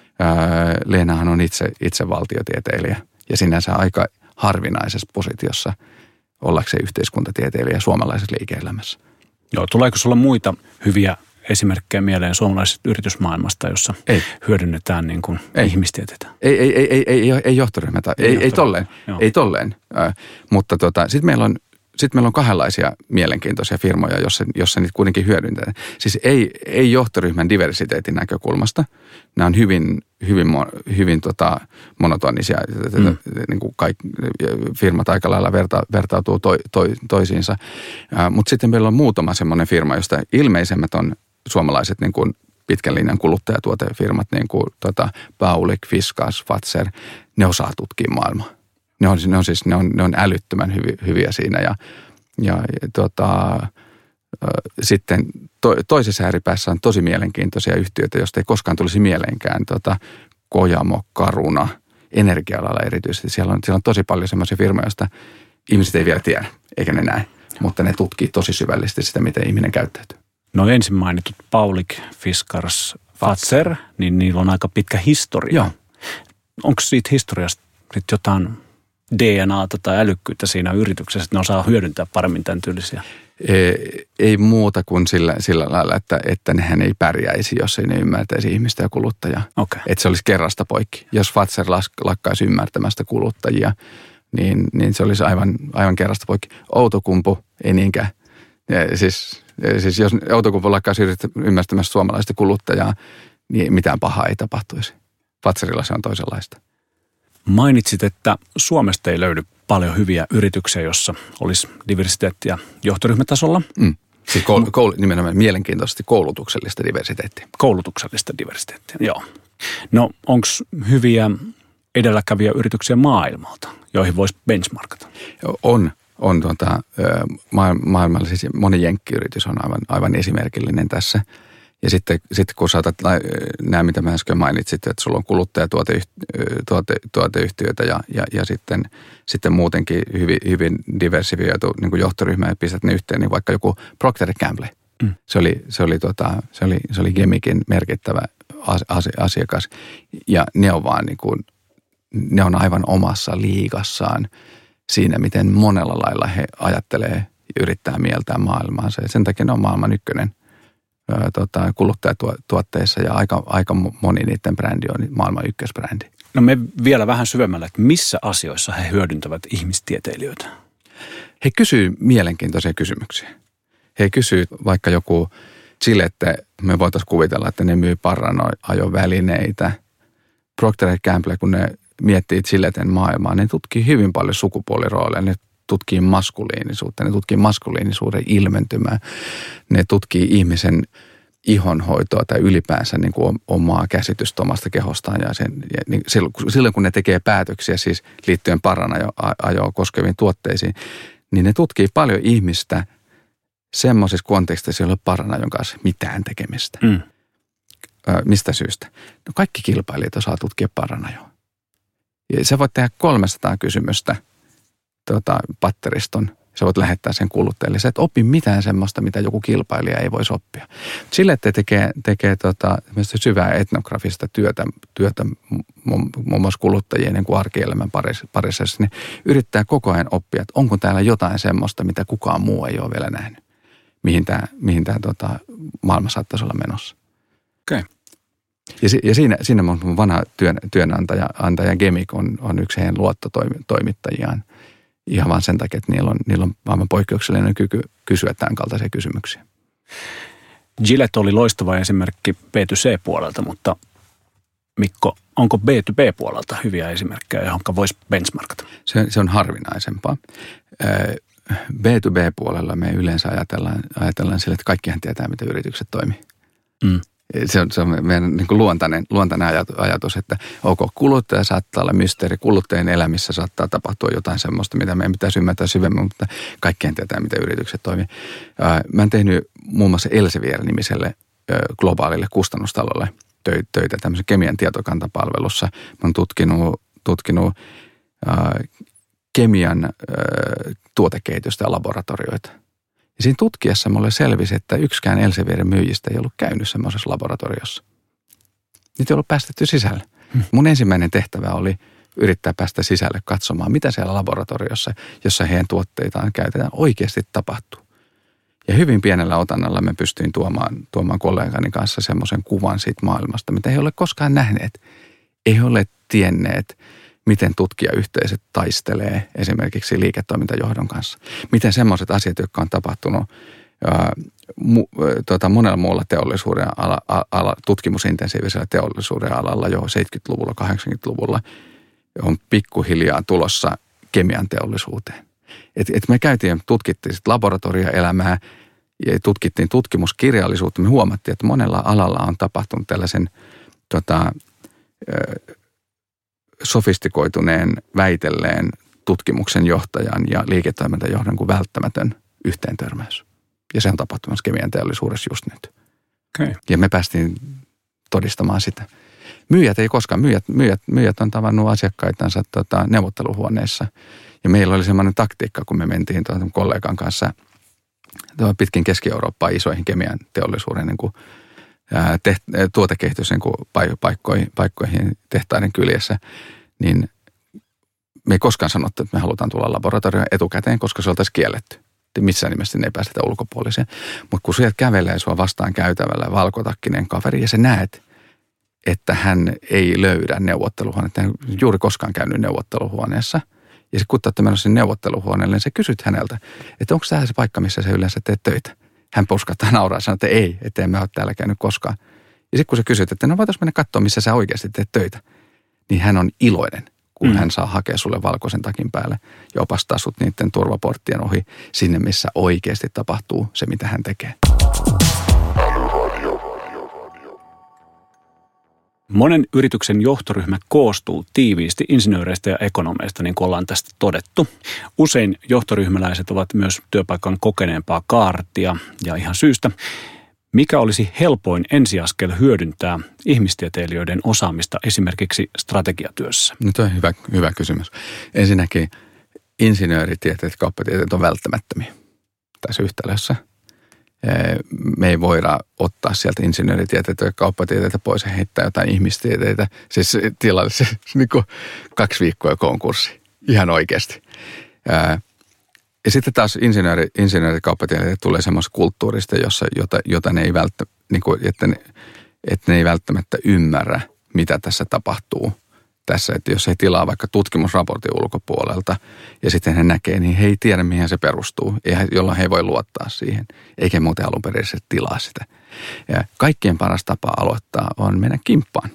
Leenahan on itse, itse valtiotieteilijä ja sinänsä aika harvinaisessa positiossa ollakseen yhteiskuntatieteilijä suomalaisessa liike-elämässä. Joo, tuleeko sulla muita hyviä esimerkkejä mieleen suomalaisesta yritysmaailmasta, jossa ei. hyödynnetään niin kuin ei. ihmistieteitä? Ei, ei, ei, ei, ei, ei johtoryhmä, ei, ei, ei tolleen, ei tolleen. Äh, mutta tota, sitten meillä on Sitten meillä on kahdenlaisia mielenkiintoisia firmoja, jossa, jossa niitä kuitenkin hyödyntää. Siis ei, ei johtoryhmän diversiteetin näkökulmasta. Nämä on hyvin, hyvin, hyvin tota, monotonisia. Mm. Niin kuin kaikki firmat aika lailla verta, vertautuu to, to, toisiinsa. Äh, mutta sitten meillä on muutama semmoinen firma, josta ilmeisemmät on suomalaiset niin kuin pitkän linjan kuluttajatuotefirmat, niin kuin tota, Paulik, Fiskars, Fazer. Ne osaa tutkia maailmaa. Ne on, ne on siis ne on, ne on älyttömän hyvi, hyviä siinä ja, ja, ja tota, sitten to, toisessa ääripäässä on tosi mielenkiintoisia yhtiöitä, joista ei koskaan tulisi mieleenkään. Tota, Kojamo, Caruna, energia-alalla erityisesti. Siellä on, siellä on tosi paljon semmoisia firmoja, joista ihmiset ei vielä tiedä, eikä ne näe, mutta ne tutkii tosi syvällisesti sitä, miten ihminen käyttäytyy. No ensin mainitut Paulik, Fiskars, Fazer, niin niillä on aika pitkä historia. Joo. Onko siitä historiasta sitten jotain D N A:ta tai älykkyyttä siinä yrityksessä, että ne osaa hyödyntää paremmin tämän tyylisiä? Ei, ei muuta kuin sillä, sillä lailla, että, että nehän ei pärjäisi, jos ei ne ymmärtäisi ihmistä ja kuluttajaa. Okay. Että se olisi kerrasta poikki. Jos Fazer lakkaisi ymmärtämästä kuluttajia, niin, niin se olisi aivan, aivan kerrasta poikki. Outokumpu ei niinkään. Ja siis, siis jos Outokumpu lakkaisi ymmärtämästä suomalaista kuluttajaa, niin mitään pahaa ei tapahtuisi. Fazerilla se on toisenlaista. Mainitsit, että Suomesta ei löydy paljon hyviä yrityksiä, jossa olisi diversiteettiä johtoryhmätasolla. Mm. Siis koul- koul- nimenomaan mielenkiintoisesti koulutuksellista diversiteettiä. Koulutuksellista diversiteettiä, joo. No onko hyviä edelläkävijä yrityksiä maailmalta, joihin voisi benchmarkata? On. On tuota, maailmalla siis moni jenkkiyritys on aivan, aivan esimerkillinen tässä. Ja sitten, sitten kun saatat nämä, mitä mä äsken mainitsit, että sulla on kuluttajatuoteyhtiöitä ja, ja, ja sitten, sitten muutenkin hyvin, hyvin diversifioitu niin kuin johtoryhmä ja pistät ne yhteen, niin vaikka joku Procter and Gamble. Mm. Se oli, se oli, tota, se oli, se oli Gemikin merkittävä asiakas ja ne on vaan niin kuin, ne on aivan omassa liigassaan siinä, miten monella lailla he ajattelee ja yrittää mieltää maailmaansa. Ja sen takia ne on maailman ykkönen ää, tota, kuluttajatuotteissa ja aika, aika moni niiden brändi on maailman ykkösbrändi. No me vielä vähän syvemmälle, että missä asioissa he hyödyntävät ihmistieteilijöitä? He kysyy mielenkiintoisia kysymyksiä. He kysyy vaikka joku sille, että me voitaisiin kuvitella, että ne myy paranoajovälineitä. Procter and Gamble, kun ne miettii Gilletten maailmaa, ne tutkii hyvin paljon sukupuolirooleja, ne tutkii maskuliinisuutta, ne tutkii maskuliinisuuden ilmentymää, ne tutkii ihmisen ihonhoitoa tai ylipäänsä niin kuin omaa käsitystä omasta kehostaan. Ja sen, ja niin silloin, kun ne tekee päätöksiä siis liittyen paranajoa koskeviin tuotteisiin, niin ne tutkii paljon ihmistä semmoisissa konteksteissa, joilla ei ole paranajon kanssa mitään tekemistä. Mm. Ö, mistä syystä? No kaikki kilpailijat osaa tutkia paranajoa. Ja sä voit tehdä kolmesataa kysymystä tota, patteriston. Sä voit lähettää sen kuluttajalle. Sä et oppi mitään semmoista, mitä joku kilpailija ei voisi oppia. Sille, että tekee, tekee tota, syvää etnografista työtä, työtä muun muassa kuluttajien niin kuin arkielämän parissa, parissa, niin yrittää koko ajan oppia, että onko täällä jotain semmoista, mitä kukaan muu ei ole vielä nähnyt. Mihin tämä, mihin tämä tota, maailma saattaisi olla menossa. Okei. Okay. Ja, ja siinä, siinä mun vanha työn, työnantaja antaja Gemik on, on yksi heidän luottotoimittajiaan. Ihan vaan sen takia, että niillä on, niillä on aivan poikkeuksellinen kyky kysyä tämän kaltaisia kysymyksiä. Gillette oli loistava esimerkki B to C-puolelta, mutta Mikko, onko B to B-puolelta hyviä esimerkkejä, johon voisi benchmarkata? Se, se on harvinaisempaa. B to B-puolella me yleensä ajatellaan, ajatellaan sille, että kaikkihan tietää, miten yritykset toimii. Mm. Se on, se on meidän niin kuin luontainen, luontainen ajatus, että ok, kuluttaja saattaa olla mysteeri, kuluttajien elämissä saattaa tapahtua jotain semmoista, mitä meidän pitäisi ymmärtää syvemmin, mutta kaikkien tietää, miten yritykset toimii. Mä oon tehnyt muun muassa Elsevier-nimiselle globaalille kustannustalolle töitä tämmöisen kemian tietokantapalvelussa. Mä oon tutkinut, tutkinut kemian tuotekehitystä ja laboratorioita. Ja siinä tutkiessa mulle selvisi, että yksikään Elsevierin myyjistä ei ollut käynyt semmoisessa laboratoriossa. Niitä ei ollut päästetty sisälle. Hmm. Mun ensimmäinen tehtävä oli yrittää päästä sisälle katsomaan, mitä siellä laboratoriossa, jossa heidän tuotteitaan käytetään, oikeasti tapahtuu. Ja hyvin pienellä otannalla me pystyin tuomaan, tuomaan kollegani kanssa semmoisen kuvan siitä maailmasta, mitä he ole koskaan nähneet. Ei ole tienneet, miten tutkijayhteisöt taistelee esimerkiksi liiketoimintajohdon kanssa. Miten semmoiset asiat, jotka on tapahtunut ää, mu, tota, monella muulla teollisuuden ala, ala, tutkimusintensiivisellä teollisuuden alalla jo seitsemänkymmentäluvulla, kahdeksankymmentäluvulla on pikkuhiljaa tulossa kemian teollisuuteen. Et, et me käytiin, tutkittiin sit laboratorioelämää ja tutkittiin tutkimuskirjallisuutta. Me huomattiin, että monella alalla on tapahtunut tällaisen tota, ää, sofistikoituneen väitelleen tutkimuksen johtajan ja liiketoimintajohdon kuin välttämätön yhteentörmäys. Ja se on tapahtumassa kemian teollisuudessa just nyt. Okay. Ja me päästiin todistamaan sitä. Myyjät ei koskaan, myyjät, myyjät, myyjät on tavannut asiakkaitansa tota, neuvotteluhuoneessa. Ja meillä oli semmoinen taktiikka, kun me mentiin tuon kollegan kanssa pitkin Keski-Eurooppaan isoihin kemian teollisuuden niin kuin Teht, tuotekehitys niin paikkoihin, paikkoihin tehtaiden kyljessä, niin me ei koskaan sanottu, että me halutaan tulla laboratorioon etukäteen, koska se oltaisiin kielletty. Missään nimessä ne ei päästetä ulkopuolisia. Mutta kun sieltä kävelee sua vastaan käytävällä valkotakkinen kaveri ja sä näet, että hän ei löydä neuvotteluhuonetta, hän juuri koskaan käynyt neuvotteluhuoneessa, ja kun te olette menossa sinne neuvotteluhuoneelle, niin sä kysyt häneltä, että onko tämä se paikka, missä sä yleensä teet töitä? Hän puskattaa nauraa ja sanoo, että ei, että emme ole täällä käynyt koskaan. Ja sitten kun sä kysyt, että no voitaisiin mennä katsoa, missä sä oikeasti teet töitä, niin hän on iloinen, kun mm. hän saa hakea sulle valkoisen takin päälle ja opastaa sut niiden turvaporttien ohi sinne, missä oikeasti tapahtuu se, mitä hän tekee. Monen yrityksen johtoryhmä koostuu tiiviisti insinööreistä ja ekonomeista, niin kuin ollaan tästä todettu. Usein johtoryhmäläiset ovat myös työpaikan kokeneempaa kaartia, ja ihan syystä. Mikä olisi helpoin ensiaskel hyödyntää ihmistieteilijöiden osaamista esimerkiksi strategiatyössä? No, tuo on hyvä, hyvä kysymys. Ensinnäkin insinööritieteet ja kauppatieteet on välttämättömiä tässä yhtälössä. Me ei voida ottaa sieltä insinööritieteitä ja kauppatieteitä pois ja heittää jotain ihmistieteitä. Siis tilalle se niin kuin kaksi viikkoa konkurssi. Ihan oikeasti. Ja sitten taas insinööri, insinööri kauppatieteet tulee semmoista kulttuurista, jossa, jota, jota ne ei välttä, niin kuin, että, ne, että ne ei välttämättä ymmärrä, mitä tässä tapahtuu. Tässä, että jos he tilaa vaikka tutkimusraportin ulkopuolelta ja sitten he näkee, niin he ei tiedä, mihin se perustuu, jolloin he ei voi luottaa siihen, eikä muuten alun perin se tilaa sitä. Ja kaikkien paras tapa aloittaa on mennä kimppaan.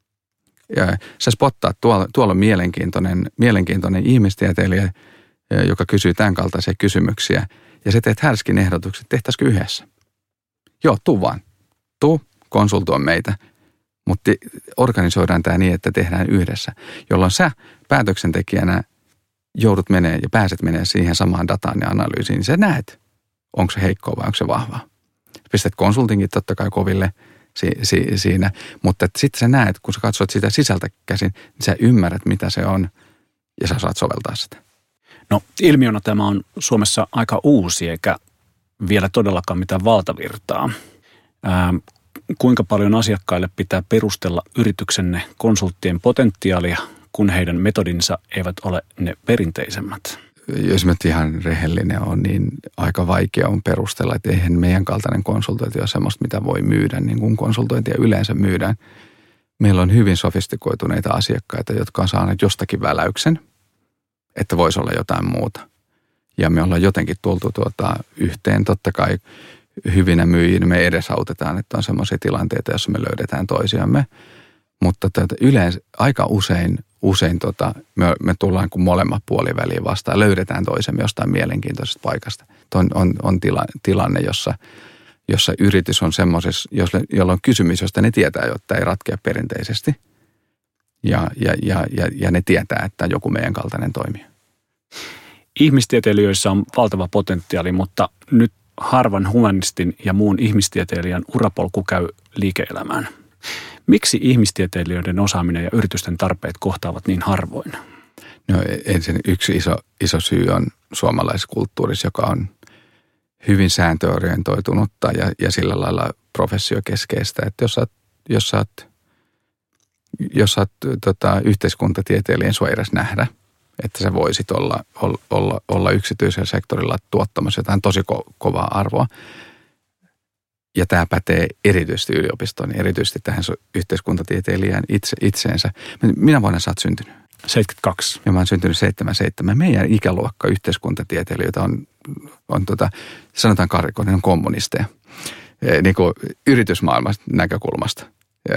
Ja sä spottaa, tuolla, tuolla on mielenkiintoinen, mielenkiintoinen ihmistieteilijä, joka kysyy tämän kaltaisia kysymyksiä, ja sä teet härskin ehdotukset, tehtäisikö yhdessä? Joo, tuu vaan. Tuu, konsultoi meitä. Mutta organisoidaan tämä niin, että tehdään yhdessä, jolloin sä päätöksentekijänä joudut menee ja pääset menee siihen samaan dataan ja analyysiin, niin sä näet, onko se heikkoa vai onko se vahvaa. Pistät konsultingit totta kai koville si- si- siinä, mutta sitten sä näet, kun sä katsot sitä sisältä käsin, niin sä ymmärrät, mitä se on ja sä saat soveltaa sitä. No, ilmiönä tämä on Suomessa aika uusi eikä vielä todellakaan mitään valtavirtaa. Ähm, Kuinka paljon asiakkaille pitää perustella yrityksenne konsulttien potentiaalia, kun heidän metodinsa eivät ole ne perinteisemmät? Jos mä ihan rehellinen on, niin aika vaikea on perustella, että eihän meidän kaltainen konsultointi ole semmoista, mitä voi myydä, niin kuin konsultointia yleensä myydään. Meillä on hyvin sofistikoituneita asiakkaita, jotka on saaneet jostakin väläyksen, että voisi olla jotain muuta. Ja me ollaan jotenkin tultu tuota yhteen, totta kai hyvinä myyjinä me edesautetaan, että on semmoisia tilanteita, joissa me löydetään toisiamme. Mutta tätä yleensä aika usein, usein tota, me, me tullaan kuin molemmat puoliväliin vastaan, löydetään toisemme jostain mielenkiintoisesta paikasta. On, on, on tila, tilanne, jossa, jossa yritys on semmoisessa, jolla on kysymys, josta ne tietää, jotta ei ratkea perinteisesti. Ja, ja, ja, ja, ja ne tietää, että joku meidän kaltainen toimii. Ihmistieteilijöissä on valtava potentiaali, mutta nyt harvan humanistin ja muun ihmistieteilijän urapolku käy liike-elämään. Miksi ihmistieteilijöiden osaaminen ja yritysten tarpeet kohtaavat niin harvoin? No ensin yksi iso, iso syy on suomalaisessa kulttuurissa, joka on hyvin sääntöorientoitunutta ja, ja sillä lailla professiokeskeistä, että jos sä oot, jos sä oot, jos sä oot tota, yhteiskuntatieteilijän sua edes nähdä, että sä voisit olla, olla, olla yksityisellä sektorilla tuottamassa jotain tosi ko- kovaa arvoa. Ja tämä pätee erityisesti yliopistoon, erityisesti tähän yhteiskuntatieteilijään itse, itseensä. Minä vuonna sä oot syntynyt? seitsemänkymmentäkaksi. Ja mä oon syntynyt seitsemänkymmentäseitsemän. Meidän ikäluokka yhteiskuntatieteilijöitä on, on tota, sanotaan karrikoon, on kommunisteja. Niin kuin yritysmaailmasta näkökulmasta.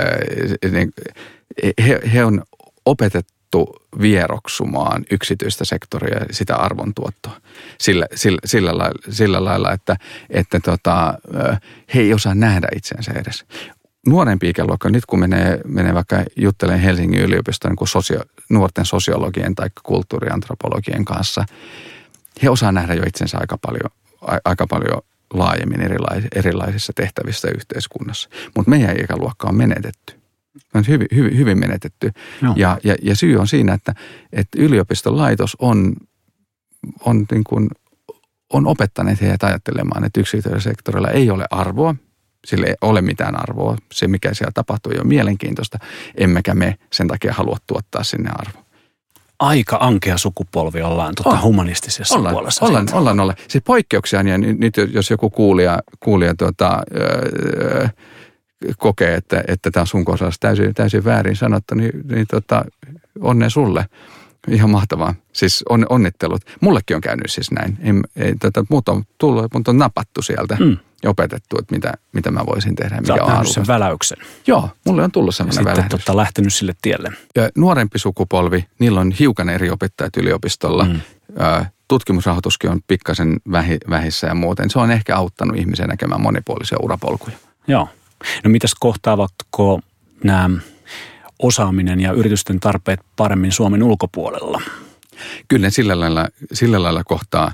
He, he on opetettu vieroksumaan yksityistä sektoria ja sitä arvontuottoa sillä, sillä, sillä, lailla, sillä lailla, että, että tota, he ei osaa nähdä itsensä edes. Nuorempi ikäluokka, nyt kun menee, menee vaikka juttelemaan Helsingin yliopiston niin sosio, nuorten sosiologien tai kulttuuriantropologien kanssa, he osaa nähdä jo itsensä aika paljon, aika paljon laajemmin erilais, erilaisissa tehtävissä yhteiskunnassa. Mutta meidän ikäluokka on menetetty. On hyvin, hyvin, hyvin menetetty. No. Ja, ja, ja syy on siinä, että, että yliopiston laitos on, on, niin kuin, on opettaneet heidät ajattelemaan, että yksityisellä sektorilla ei ole arvoa. Sillä ei ole mitään arvoa. Se, mikä siellä tapahtuu, ei ole mielenkiintoista. Emmekä me sen takia halua tuottaa sinne arvoa. Aika ankea sukupolvi ollaan tuota on. humanistisessa ollaan, puolessa. Ollaan, ollaan, ollaan. Se poikkeuksia, ja nyt jos joku kuulija, kuulija tuota, öö, kokee, että, että tämä on sun kohdalla täysin, täysin väärin sanottu, niin, niin tota, onnea sulle. Ihan mahtavaa. Siis on, onnittelut. Mullekin on käynyt siis näin. Ei, ei, tota, mut on tullut, mut on napattu sieltä mm. ja opetettu, että mitä, mitä mä voisin tehdä. Sä oot nähnyt sen väläyksen. Joo, mulle on tullut sellainen välähdys. Ja sitten tota, lähtenyt sille tielle. Ja nuorempi sukupolvi, niillä on hiukan eri opettajat yliopistolla. Mm. Tutkimusrahoituskin on pikkasen vähi, vähissä ja muuten. Se on ehkä auttanut ihmisiä näkemään monipuolisia urapolkuja. Joo. No mitäs kohtaavatko nämä osaaminen ja yritysten tarpeet paremmin Suomen ulkopuolella? Kyllä ne sillä lailla, sillä lailla kohtaa,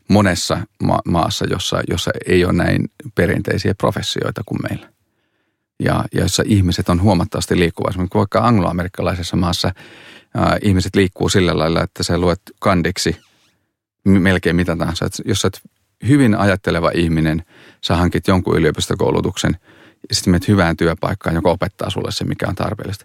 monessa ma- maassa, jossa, jossa ei ole näin perinteisiä professioita kuin meillä. Ja, ja jossa ihmiset on huomattavasti liikkuvaisia. Vaikka angloamerikkalaisessa maassa ää, ihmiset liikkuu sillä lailla, että sä luet kandiksi melkein mitä tahansa. Et jos sä oot hyvin ajatteleva ihminen, sä hankit jonkun yliopistokoulutuksen ja sitten menet hyvään työpaikkaan, joka opettaa sulle se, mikä on tarpeellista.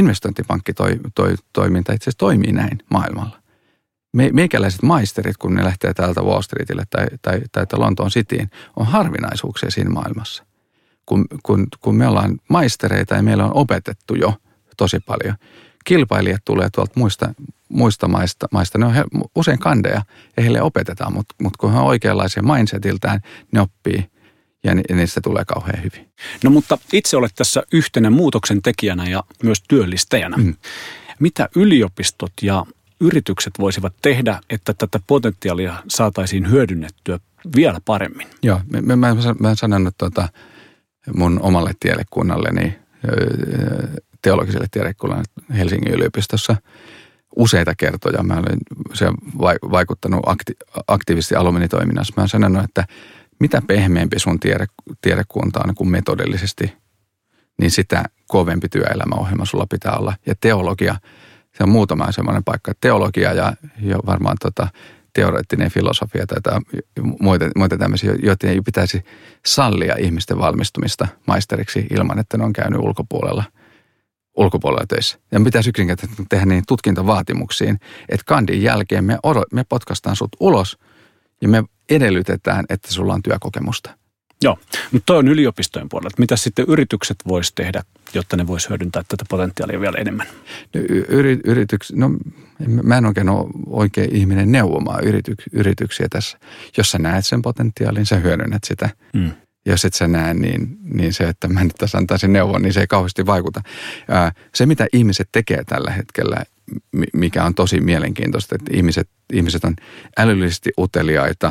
Investointipankkitoiminta itse asiassa toimii näin maailmalla. Me, meikäläiset maisterit, kun ne lähtee täältä Wall Streetille tai, tai, tai Lontoon Cityin, on harvinaisuuksia siinä maailmassa. Kun, kun, kun me ollaan maistereita ja meillä on opetettu jo tosi paljon. Kilpailijat tulee tuolta muista, muista maista, maista. Ne on he, usein kandeja ja heille opetetaan, mutta, mutta kun he on oikeanlaisia mindsetiltään, ne oppii ja niistä tulee kauhean hyvin. No mutta itse olet tässä yhtenä muutoksen tekijänä ja myös työllistäjänä. Mm. Mitä yliopistot ja yritykset voisivat tehdä, että tätä potentiaalia saataisiin hyödynnettyä vielä paremmin? Joo, mä, mä, mä olen sanonut tuota mun omalle tiedekunnalleni, teologiselle tiedekunnalle Helsingin yliopistossa useita kertoja. Mä olen se vaikuttanut akti, aktiivisesti aluminitoiminnassa. Mä olen sanonut, että mitä pehmeämpi sun tiede, tiedekunta on kuin metodellisesti, niin sitä kovempi työelämäohjelma sulla pitää olla. Ja teologia, se on muutama semmoinen paikka. Teologia ja, ja varmaan tota, teoreettinen filosofia tai muita, muita tämmöisiä, joita ei pitäisi sallia ihmisten valmistumista maisteriksi ilman, että ne on käynyt ulkopuolella, ulkopuolella töissä. Ja me pitäisi yksinkertaisesti tehdä niin tutkintavaatimuksiin, että kandin jälkeen me, odot, me potkastaan sut ulos ja me edellytetään, että sulla on työkokemusta. Joo, mutta toi on yliopistojen puolella. Mitä sitten yritykset vois tehdä, jotta ne vois hyödyntää tätä potentiaalia vielä enemmän? No, yri, yrityks, no mä en oikein ole oikein ihminen neuvomaan yrityk, yrityksiä tässä. Jos sä näet sen potentiaalin, sä hyödynnät sitä. Mm. Jos et sä näe, niin, niin se, että mä nyt tässä antaisin neuvon, niin se ei kauheasti vaikuta. Ää, se, mitä ihmiset tekee tällä hetkellä, mikä on tosi mielenkiintoista, että ihmiset, ihmiset on älyllisesti uteliaita,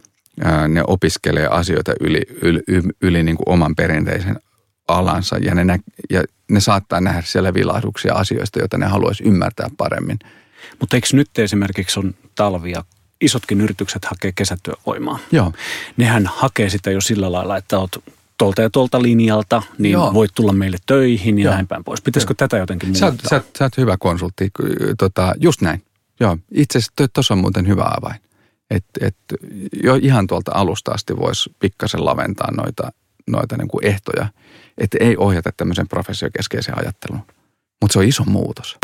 ne opiskelee asioita yli, yli, yli, yli niin kuin oman perinteisen alansa ja ne, nä, ja ne saattaa nähdä siellä vilahduksia asioista, joita ne haluaisi ymmärtää paremmin. Mutta eikö nyt esimerkiksi on talvia, isotkin yritykset hakee kesätyövoimaa? Joo. Nehän hakee sitä jo sillä lailla, että olet tuolta ja tuolta linjalta, niin Joo. voit tulla meille töihin ja Joo. näin päin pois. Pitäisikö Joo. tätä jotenkin muuttaa? Sä, sä, sä oot hyvä konsultti. Tota, just näin. Joo. Itse asiassa tuossa on muuten hyvä avain. Että et, jo ihan tuolta alusta asti voisi pikkasen laventaa noita, noita niin kuin ehtoja, että ei ohjata tämmöisen professiokeskeisen ajattelun. Mutta se on iso muutos.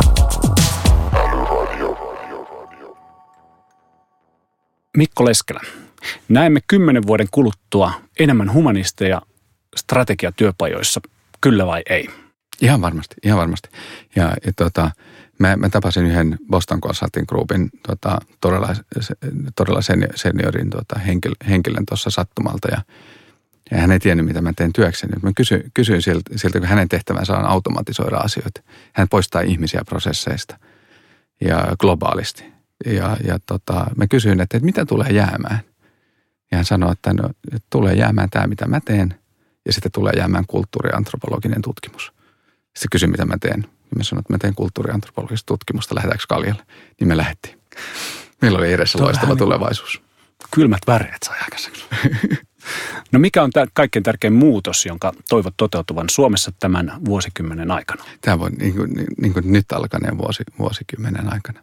Mikko Leskelä, näemme kymmenen vuoden kuluttua enemmän humanisteja strategiatyöpajoissa, kyllä vai ei? Ihan varmasti, ihan varmasti. Ja, ja tota, mä, mä tapasin yhden Boston Consulting Groupin tota, todella, todella seniorin tota, henkilön, henkilön tuossa sattumalta ja, ja hän ei tiennyt, mitä mä teen työkseni. Mä kysyin, kysyin siltä, siltä, kun hänen tehtävänsä on automatisoida asioita. Hän poistaa ihmisiä prosesseista ja globaalisti. Ja, ja tota, mä kysyin, että, että mitä tulee jäämään. Ja hän sanoi, että, no, että tulee jäämään tämä, mitä mä teen ja sitten tulee jäämään kulttuuriantropologinen tutkimus. Sitten kysyin, mitä mä teen. Ja mä sanoin, että mä teen kulttuuriantropologista tutkimusta, lähdetäänkö Kaljalle? Niin me lähdettiin. Meillä oli edessä Tuo loistava tulevaisuus. Kylmät väreet sai aikaiseksi. No mikä on tämä kaikkein tärkein muutos, jonka toivot toteutuvan Suomessa tämän vuosikymmenen aikana? Tämä voi niin kuin, niin kuin nyt alkaneen vuosi, vuosikymmenen aikana.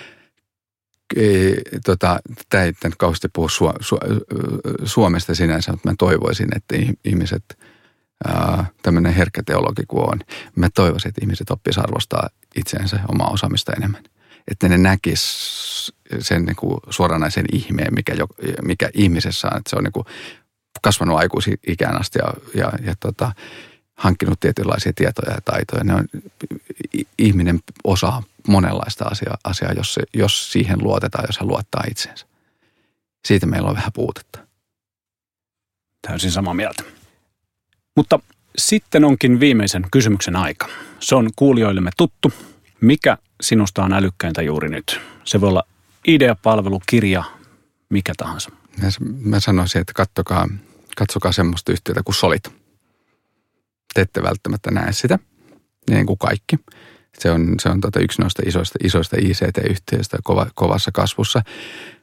Tota, tämä ei kauheasti puhu Su, Su, Suomesta sinänsä, mutta mä toivoisin, että ihmiset... tämmöinen herkkä teologi kuin on. Mä toivoisin, että ihmiset oppisivat arvostaa itseensä omaa osaamista enemmän. Että ne näkis sen niin kuin suoranaisen ihmeen, mikä, jo, mikä ihmisessä on. Että se on niin kuin kasvanut aikuisikään asti ja, ja, ja tota, hankkinut tietynlaisia tietoja ja taitoja. Ne on, ihminen osaa monenlaista asiaa, asiaa jos, se, jos siihen luotetaan, jos hän luottaa itseensä. Siitä meillä on vähän puutetta. Täysin samaa mieltä. Mutta sitten onkin viimeisen kysymyksen aika. Se on kuulijoillemme tuttu. Mikä sinusta on älykkäintä juuri nyt? Se voi olla idea, palvelu, kirja, mikä tahansa. Mä sanoisin, että katsokaa, katsokaa semmoista yhtiötä kuin Solid. Te ette välttämättä näe sitä, niin kuin kaikki. Se on, se on tota yksi noista isoista, isoista I C T-yhtiöistä kova, kovassa kasvussa.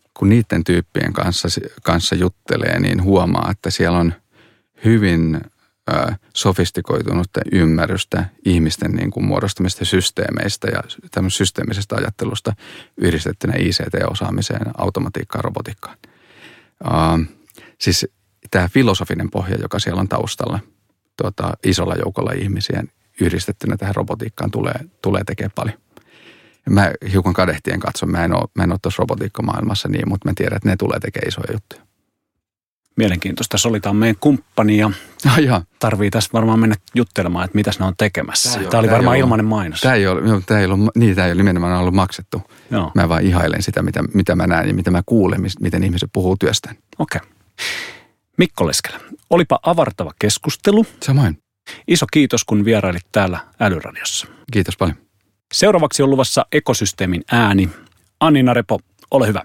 kun niiden tyyppien kanssa, kanssa juttelee, niin huomaa, että siellä on hyvin ö, sofistikoitunutta ymmärrystä ihmisten niin kuin muodostamista systeemeistä ja tämmöisestä systeemisestä ajattelusta yhdistettynä I C T-osaamiseen, automatiikkaan, robotiikkaan. Ö, siis tämä filosofinen pohja, joka siellä on taustalla tuota, isolla joukolla ihmisiä yhdistettynä tähän robotiikkaan tulee, tulee tekemään paljon. Mä hiukan kadehtien katson, mä en ole, mä en ole tuossa robotiikkamaailmassa niin, mutta mä tiedän, että ne tulee tekemään isoja juttuja. Mielenkiintoista. Solitaan meidän kumppani ja ah, tarvii tässä varmaan mennä juttelemaan, että mitäs ne on tekemässä. Tämä, tämä oli varmaan ollut, ilmainen mainos. Tämä ei ole, tämä ei ole, niin, tämä ei ole nimenomaan ollut maksettu. Joo. Mä vaan ihailen sitä, mitä, mitä mä näen ja mitä mä kuulen, miten ihmiset puhuu työstään. Okei. Okay. Mikko Leskelä, olipa avartava keskustelu. Samoin. Iso kiitos, kun vierailit täällä Älyradiossa. Kiitos paljon. Seuraavaksi on luvassa ekosysteemin ääni. Annina Repo, ole hyvä.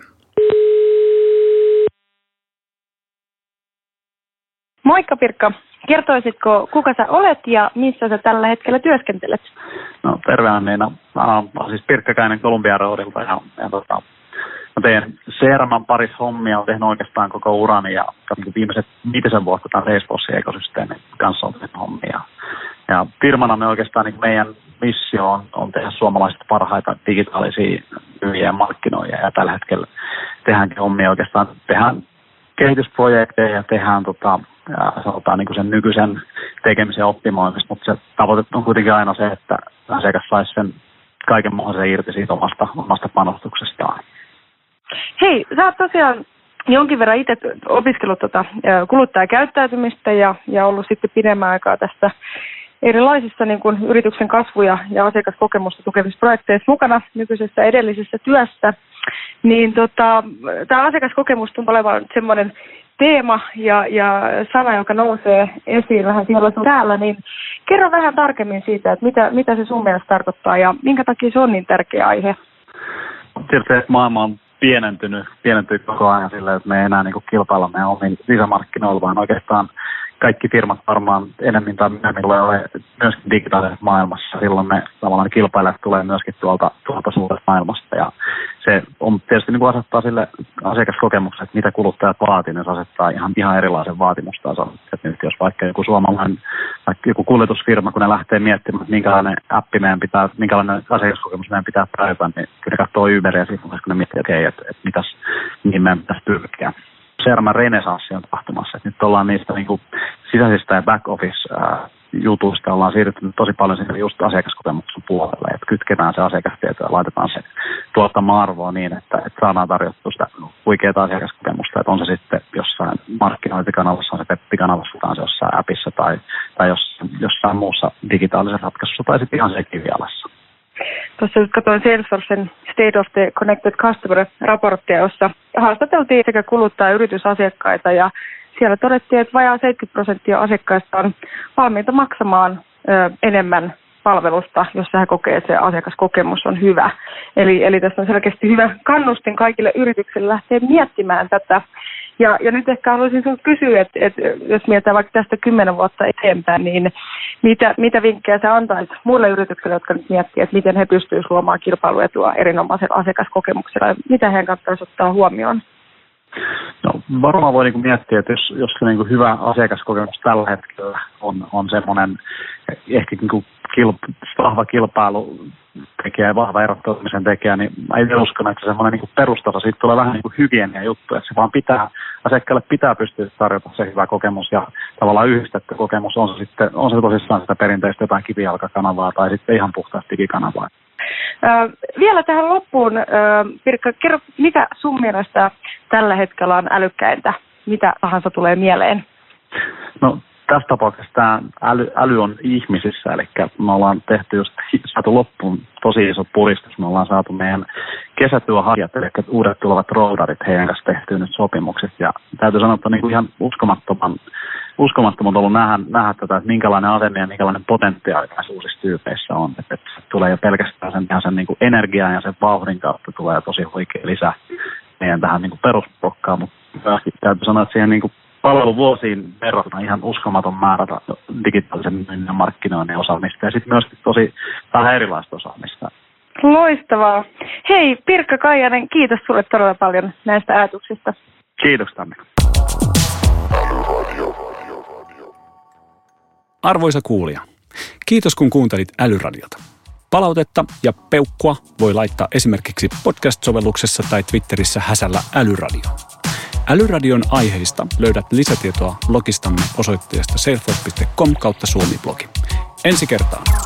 Moikka Pirkka. Kertoisitko, kuka sä olet ja missä sä tällä hetkellä työskentelet? No terve Annina. Mä oon siis Pirkka Käinen Columbia Roadilta ja, ja tota, mä teen C R M:n parissa hommia, olen tehnyt oikeastaan koko urani ja viimeiset viitisen vuotta tämän Salesforcein ekosysteemin kanssa on tehnyt hommia. Ja firmana me oikeastaan niin meidän missio on, on tehdä suomalaisista parhaita digitaalisia myyjiä ja markkinoijia ja tällä hetkellä tehdäänkin hommia oikeastaan, tehdään kehitysprojekteja ja tehdään tota, ja sanotaan niin kuin sen nykyisen tekemisen optimoimista, mutta se tavoite on kuitenkin aina se, että asiakas saisi sen kaiken mahdollisen irti siitä omasta, omasta panostuksestaan. Hei, sä oot tosiaan jonkin verran itse opiskellut tota kuluttajakäyttäytymistä ja, ja ollut sitten pidemmän aikaa tästä erilaisissa niin kuin yrityksen kasvuja ja asiakaskokemusta tukevissa projekteissa mukana nykyisessä edellisessä työssä. Niin tota, tämä asiakaskokemus tuntuu olevan semmoinen teema ja, ja sana, joka nousee esiin vähän siellä sun täällä, niin kerro vähän tarkemmin siitä, että mitä, mitä se sun mielestä tarkoittaa ja minkä takia se on niin tärkeä aihe? Tietysti, että maailma on pienentynyt, pienentynyt koko ajan sillä, että me ei enää niin kuin kilpailla meidän omiin sisämarkkinoilla, vaan oikeastaan kaikki firmat varmaan enemmän tai myöhemmin tulee olemaan myöskin digitaalisessa maailmassa. Silloin ne tavallaan kilpailijat tulee myöskin tuolta, tuolta suuresta maailmasta. Ja se on tietysti niin kuin asettaa sille asiakaskokemukselle, että mitä kuluttajat vaatii, niin se asettaa ihan, ihan erilaisen vaatimustason. Että nyt jos vaikka joku suomalainen, vaikka joku kuljetusfirma, kun ne lähtee miettimään, että minkälainen appi meidän pitää, minkälainen asiakaskokemus meidän pitää päivän, niin kyllä ne katsoo Uberia ja sitten kun ne miettii, että okei, että, että mitäs, mihin meidän pitäisi pyrkiä. C R M:n renesanssi on tapahtumassa. Nyt ollaan niistä niin kuin sisäisistä ja back-office-jutuista ollaan siirrytty tosi paljon sinne just asiakaskokemuksen puolelle, että kytketään se asiakastieto ja laitetaan se tuottamaan arvoa niin, että, että saadaan tarjottua sitä huikeaa asiakaskokemusta, että on se sitten jossain markkinointikanavassa, on se web-kanavassa, tai on se jossain appissa tai, tai jossain, jossain muussa digitaalisessa ratkaisussa tai sitten ihan se kivialassa. Tuossa nyt katsoin Salesforcen State of the Connected Customer-raporttia, jossa haastateltiin sekä kuluttaa yritysasiakkaita ja siellä todettiin, että vajaa seitsemänkymmentä prosenttia asiakkaista on valmiita maksamaan ö, enemmän palvelusta, jossa he kokee, että se asiakaskokemus on hyvä. Eli, eli tässä on selkeästi hyvä kannustin kaikille yrityksille lähteä miettimään tätä. Ja, ja nyt ehkä haluaisin sinulta kysyä, että, että jos mietitään vaikka tästä kymmenen vuotta eteenpäin, niin mitä, mitä vinkkejä sä antaisit muille yrityksille, jotka nyt miettii, että miten he pystyisivät luomaan kilpailuetua erinomaisella asiakaskokemuksella ja mitä heidän kannattaisi ottaa huomioon? No, varmaan voi niin miettiä, että jos, jos se niin hyvä asiakaskokemus tällä hetkellä on, on semmoinen ehkä niin kilp, vahva kilpailutekijä ja vahva erottamisen tekijä, niin mä itse uskon, että semmoinen niin perustaso, siitä tulee vähän niin hygienia juttu, että se vaan pitää, asiakkaalle pitää pystyä tarjota se hyvä kokemus ja tavallaan yhdistetty kokemus, on se sitten, on se tosissaan sitä perinteistä jotain kivijalkakanavaa tai sitten ihan puhtaasti digikanavaa. Äh, vielä tähän loppuun, äh, Pirkka, kerro, mikä sun mielestä tällä hetkellä on älykkäintä? Mitä tahansa tulee mieleen? No tässä tapauksessa tämä äly, äly on ihmisissä, eli me ollaan tehty just, saatu loppuun tosi iso puristus. Me ollaan saatu meidän kesätyöhakijat, eli uudet tulevat roudarit, heidän kanssa tehtyä nyt sopimukset. Ja täytyy sanoa, että on niin ihan uskomattoman, uskomattoman ollut nähdä, nähdä tätä, että minkälainen asenne ja minkälainen potentiaali näissä uusissa tyypeissä on. Että, että tulee jo pelkästään sen, sen niin kuin energian ja sen vauhdin kautta tulee tosi huikea lisä meidän tähän niin kuin perusprokkaan, mutta täytyy sanoa, että siihen niin kuin palveluvuosiin verrattuna ihan uskomaton määrä digitaalisen myynnin markkinoinnin osaamista ja sitten myöskin tosi vähän erilaista osaamista. Loistavaa. Hei, Pirkka Kaijanen, kiitos sulle todella paljon näistä ajatuksista. Kiitos, Tanne. Arvoisa kuulija, kiitos kun kuuntelit Älyradiota. Palautetta ja peukkua voi laittaa esimerkiksi podcast-sovelluksessa tai Twitterissä häsällä Älyradio. Älyradion aiheista löydät lisätietoa blogistamme osoitteesta salesforce piste com kautta suomi-blogi. Ensi kertaan.